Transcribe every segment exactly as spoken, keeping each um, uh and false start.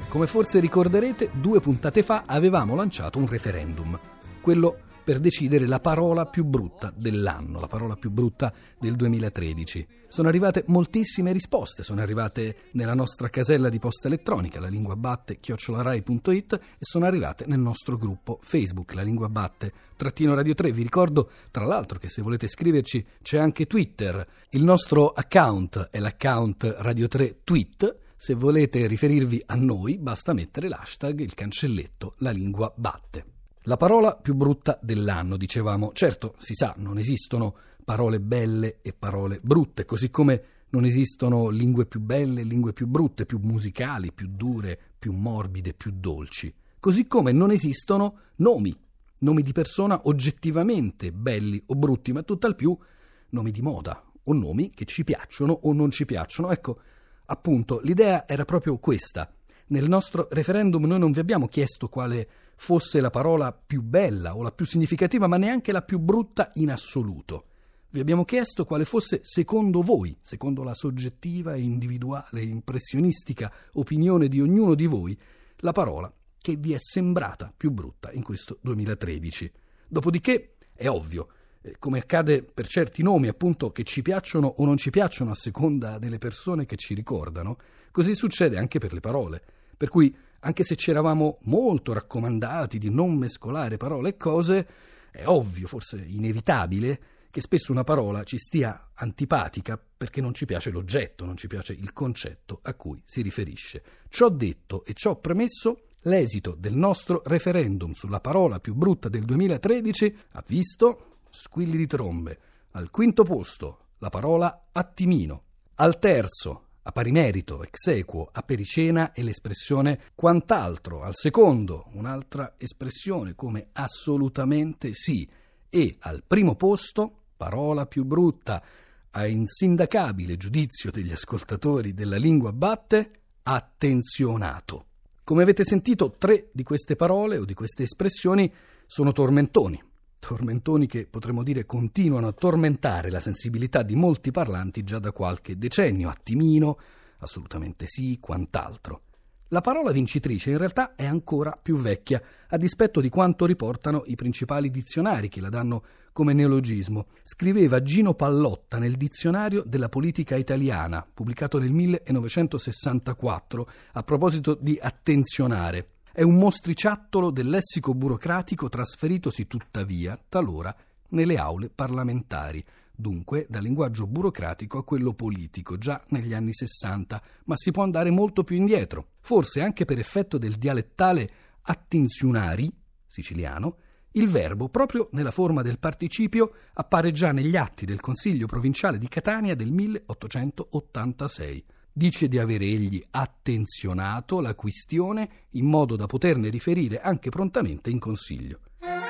Come forse ricorderete, due puntate fa avevamo lanciato un referendum, quello per decidere la parola più brutta dell'anno, la parola più brutta del duemilatredici. Sono arrivate moltissime risposte, sono arrivate nella nostra casella di posta elettronica, la lingua batte chiocciola rai punto it, e sono arrivate nel nostro gruppo Facebook, la lingua batte trattino radio tre. Vi ricordo tra l'altro che se volete scriverci c'è anche Twitter, il nostro account è l'account Radio tre Tweet. Se volete riferirvi a noi basta mettere l'hashtag, il cancelletto, la lingua batte. La parola più brutta dell'anno, dicevamo. Certo, si sa, non esistono parole belle e parole brutte, così come non esistono lingue più belle e lingue più brutte, più musicali, più dure, più morbide, più dolci. Così come non esistono nomi, nomi di persona oggettivamente belli o brutti, ma tutt'al più nomi di moda, o nomi che ci piacciono o non ci piacciono. Ecco, appunto, l'idea era proprio questa. Nel nostro referendum noi non vi abbiamo chiesto quale fosse la parola più bella o la più significativa, ma neanche la più brutta in assoluto. Vi abbiamo chiesto quale fosse, secondo voi, secondo la soggettiva e individuale, impressionistica opinione di ognuno di voi, la parola che vi è sembrata più brutta in questo duemilatredici. Dopodiché, è ovvio, come accade per certi nomi, appunto, che ci piacciono o non ci piacciono a seconda delle persone che ci ricordano, così succede anche per le parole. Per cui, anche se ci eravamo molto raccomandati di non mescolare parole e cose, è ovvio, forse inevitabile, che spesso una parola ci stia antipatica perché non ci piace l'oggetto, non ci piace il concetto a cui si riferisce. Ciò detto e ciò premesso, l'esito del nostro referendum sulla parola più brutta del duemilatredici ha visto squilli di trombe. Al quinto posto la parola attimino. Al terzo, a pari merito, ex equo, apericena e l'espressione quant'altro. Al secondo, un'altra espressione come assolutamente sì. E al primo posto, parola più brutta, a insindacabile giudizio degli ascoltatori della lingua batte, attenzionato. Come avete sentito, tre di queste parole o di queste espressioni sono tormentoni. Tormentoni che, potremmo dire, continuano a tormentare la sensibilità di molti parlanti già da qualche decennio. Attimino, assolutamente sì, quant'altro. La parola vincitrice in realtà è ancora più vecchia, a dispetto di quanto riportano i principali dizionari che la danno come neologismo. Scriveva Gino Pallotta nel Dizionario della politica italiana, pubblicato nel millenovecentosessantaquattro, a proposito di attenzionare. È un mostriciattolo del lessico burocratico trasferitosi tuttavia, talora, nelle aule parlamentari, dunque dal linguaggio burocratico a quello politico, già negli anni sessanta, ma si può andare molto più indietro. Forse anche per effetto del dialettale attenzionari, siciliano, il verbo, proprio nella forma del participio, appare già negli atti del Consiglio provinciale di Catania del milleottocentottantasei. Dice di avere egli attenzionato la questione in modo da poterne riferire anche prontamente in Consiglio.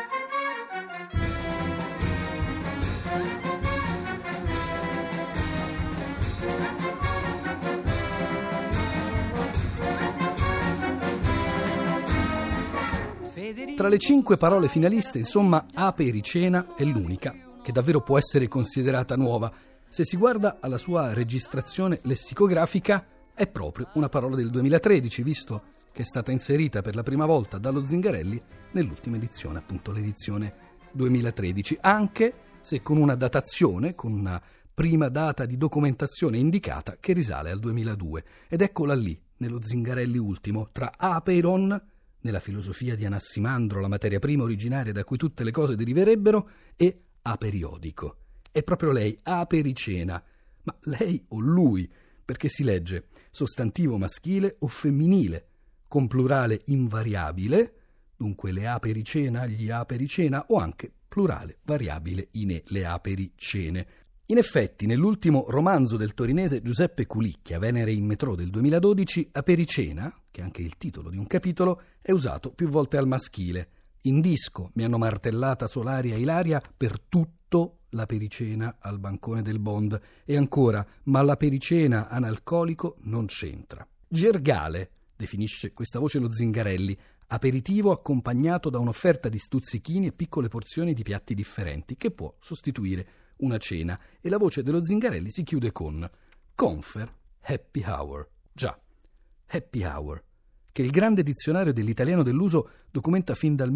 Tra le cinque parole finaliste, insomma, apericena è l'unica che davvero può essere considerata nuova. Se si guarda alla sua registrazione lessicografica, è proprio una parola del duemilatredici, visto che è stata inserita per la prima volta dallo Zingarelli nell'ultima edizione, appunto l'edizione duemilatredici, anche se con una datazione, con una prima data di documentazione indicata che risale al duemiladue. Ed eccola lì, nello Zingarelli ultimo, tra aperon, nella filosofia di Anassimandro, la materia prima originaria da cui tutte le cose deriverebbero, e aperiodico. È proprio lei, apericena, ma lei o lui, perché si legge sostantivo maschile o femminile, con plurale invariabile, dunque le apericena, gli apericena, o anche plurale variabile ine, le apericene. In effetti, nell'ultimo romanzo del torinese Giuseppe Culicchia, Venere in metro del duemiladodici, apericena, che è anche il titolo di un capitolo, è usato più volte al maschile. In disco mi hanno martellata Solaria e Ilaria per tutto la pericena al bancone del Bond, e ancora, ma la pericena analcolico non c'entra. Gergale definisce questa voce lo Zingarelli, aperitivo accompagnato da un'offerta di stuzzichini e piccole porzioni di piatti differenti, che può sostituire una cena, e la voce dello Zingarelli si chiude con Confer Happy Hour. Già, Happy Hour, che il grande dizionario dell'italiano dell'uso documenta fin dal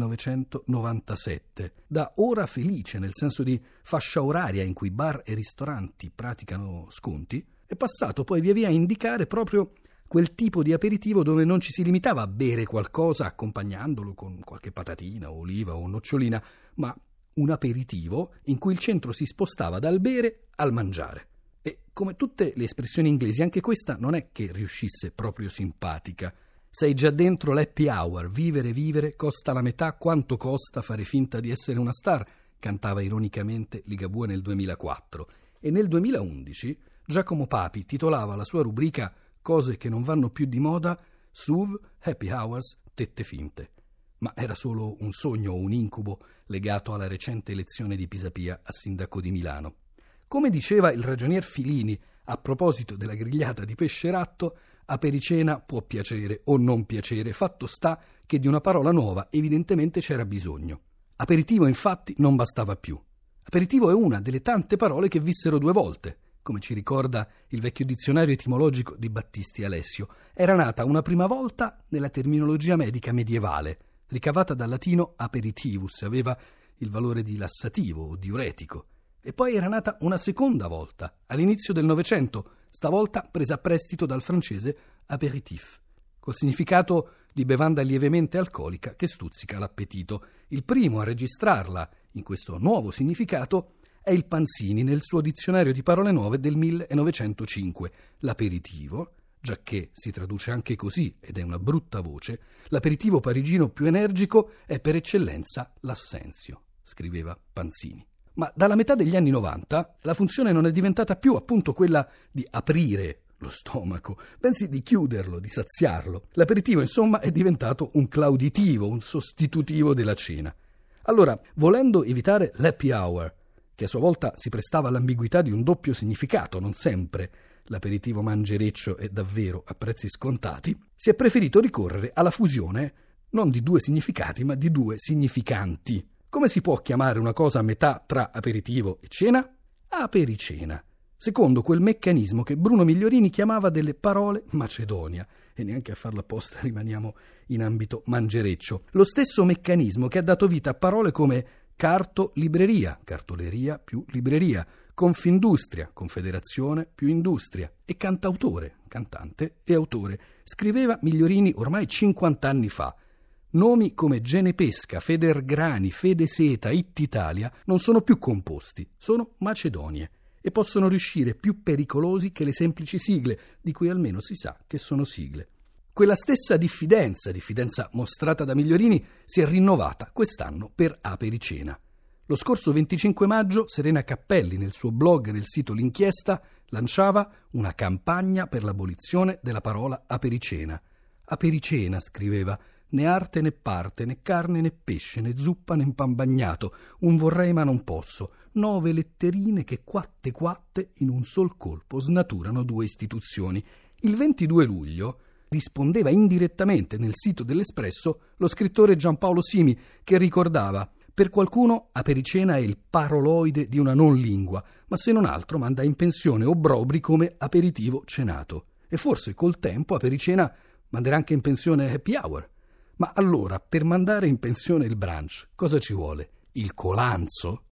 millenovecentonovantasette. Da ora felice, nel senso di fascia oraria in cui bar e ristoranti praticano sconti, è passato poi via via a indicare proprio quel tipo di aperitivo dove non ci si limitava a bere qualcosa accompagnandolo con qualche patatina, oliva o nocciolina, ma un aperitivo in cui il centro si spostava dal bere al mangiare. E come tutte le espressioni inglesi, anche questa non è che riuscisse proprio simpatica. Sei già dentro l'happy hour, vivere vivere costa la metà quanto costa fare finta di essere una star, cantava ironicamente Ligabue nel duemilaquattro. E nel duemilaundici Giacomo Papi titolava la sua rubrica Cose che non vanno più di moda S U V, Happy Hours, tette finte. Ma era solo un sogno o un incubo legato alla recente elezione di Pisapia a sindaco di Milano. Come diceva il ragionier Filini a proposito della grigliata di pesce ratto, apericena può piacere o non piacere, fatto sta che di una parola nuova evidentemente c'era bisogno. Aperitivo infatti non bastava più. Aperitivo è una delle tante parole che vissero due volte. Come ci ricorda il vecchio dizionario etimologico di Battisti Alessio, era nata una prima volta nella terminologia medica medievale, ricavata dal latino aperitivus, aveva il valore di lassativo o diuretico, e poi era nata una seconda volta, all'inizio del Novecento, stavolta presa a prestito dal francese apéritif, col significato di bevanda lievemente alcolica che stuzzica l'appetito. Il primo a registrarla in questo nuovo significato è il Panzini nel suo dizionario di parole nuove del millenovecentocinque. L'aperitivo, giacché si traduce anche così ed è una brutta voce, l'aperitivo parigino più energico è per eccellenza l'assenzio, scriveva Panzini. Ma dalla metà degli anni novanta la funzione non è diventata più appunto quella di aprire lo stomaco, bensì di chiuderlo, di saziarlo. L'aperitivo, insomma, è diventato un clauditivo, un sostitutivo della cena. Allora, volendo evitare l'happy hour, che a sua volta si prestava all'ambiguità di un doppio significato, non sempre l'aperitivo mangereccio è davvero a prezzi scontati, si è preferito ricorrere alla fusione non di due significati, ma di due significanti. Come si può chiamare una cosa a metà tra aperitivo e cena? Apericena, secondo quel meccanismo che Bruno Migliorini chiamava delle parole Macedonia, e neanche a farlo apposta rimaniamo in ambito mangereccio. Lo stesso meccanismo che ha dato vita a parole come carto-libreria, cartoleria più libreria, Confindustria, confederazione più industria, e cantautore, cantante e autore. Scriveva Migliorini ormai cinquanta anni fa. Nomi come Genepesca, Federgrani, Fedeseta, Ittitalia non sono più composti, sono macedonie e possono riuscire più pericolosi che le semplici sigle, di cui almeno si sa che sono sigle. Quella stessa diffidenza, diffidenza mostrata da Migliorini, si è rinnovata quest'anno per Apericena. Lo scorso venticinque maggio Serena Cappelli, nel suo blog nel sito L'Inchiesta, lanciava una campagna per l'abolizione della parola apericena. Apericena, scriveva, né arte né parte, né carne né pesce, né zuppa né pan bagnato, un vorrei ma non posso, nove letterine che quatte quatte in un sol colpo snaturano due istituzioni. Il ventidue luglio rispondeva indirettamente nel sito dell'Espresso lo scrittore Giampaolo Simi, che ricordava: per qualcuno apericena è il paroloide di una non lingua, ma se non altro manda in pensione obbrobri come aperitivo cenato. E forse col tempo apericena manderà anche in pensione happy hour. Ma allora, per mandare in pensione il brunch, cosa ci vuole? Il colanzo?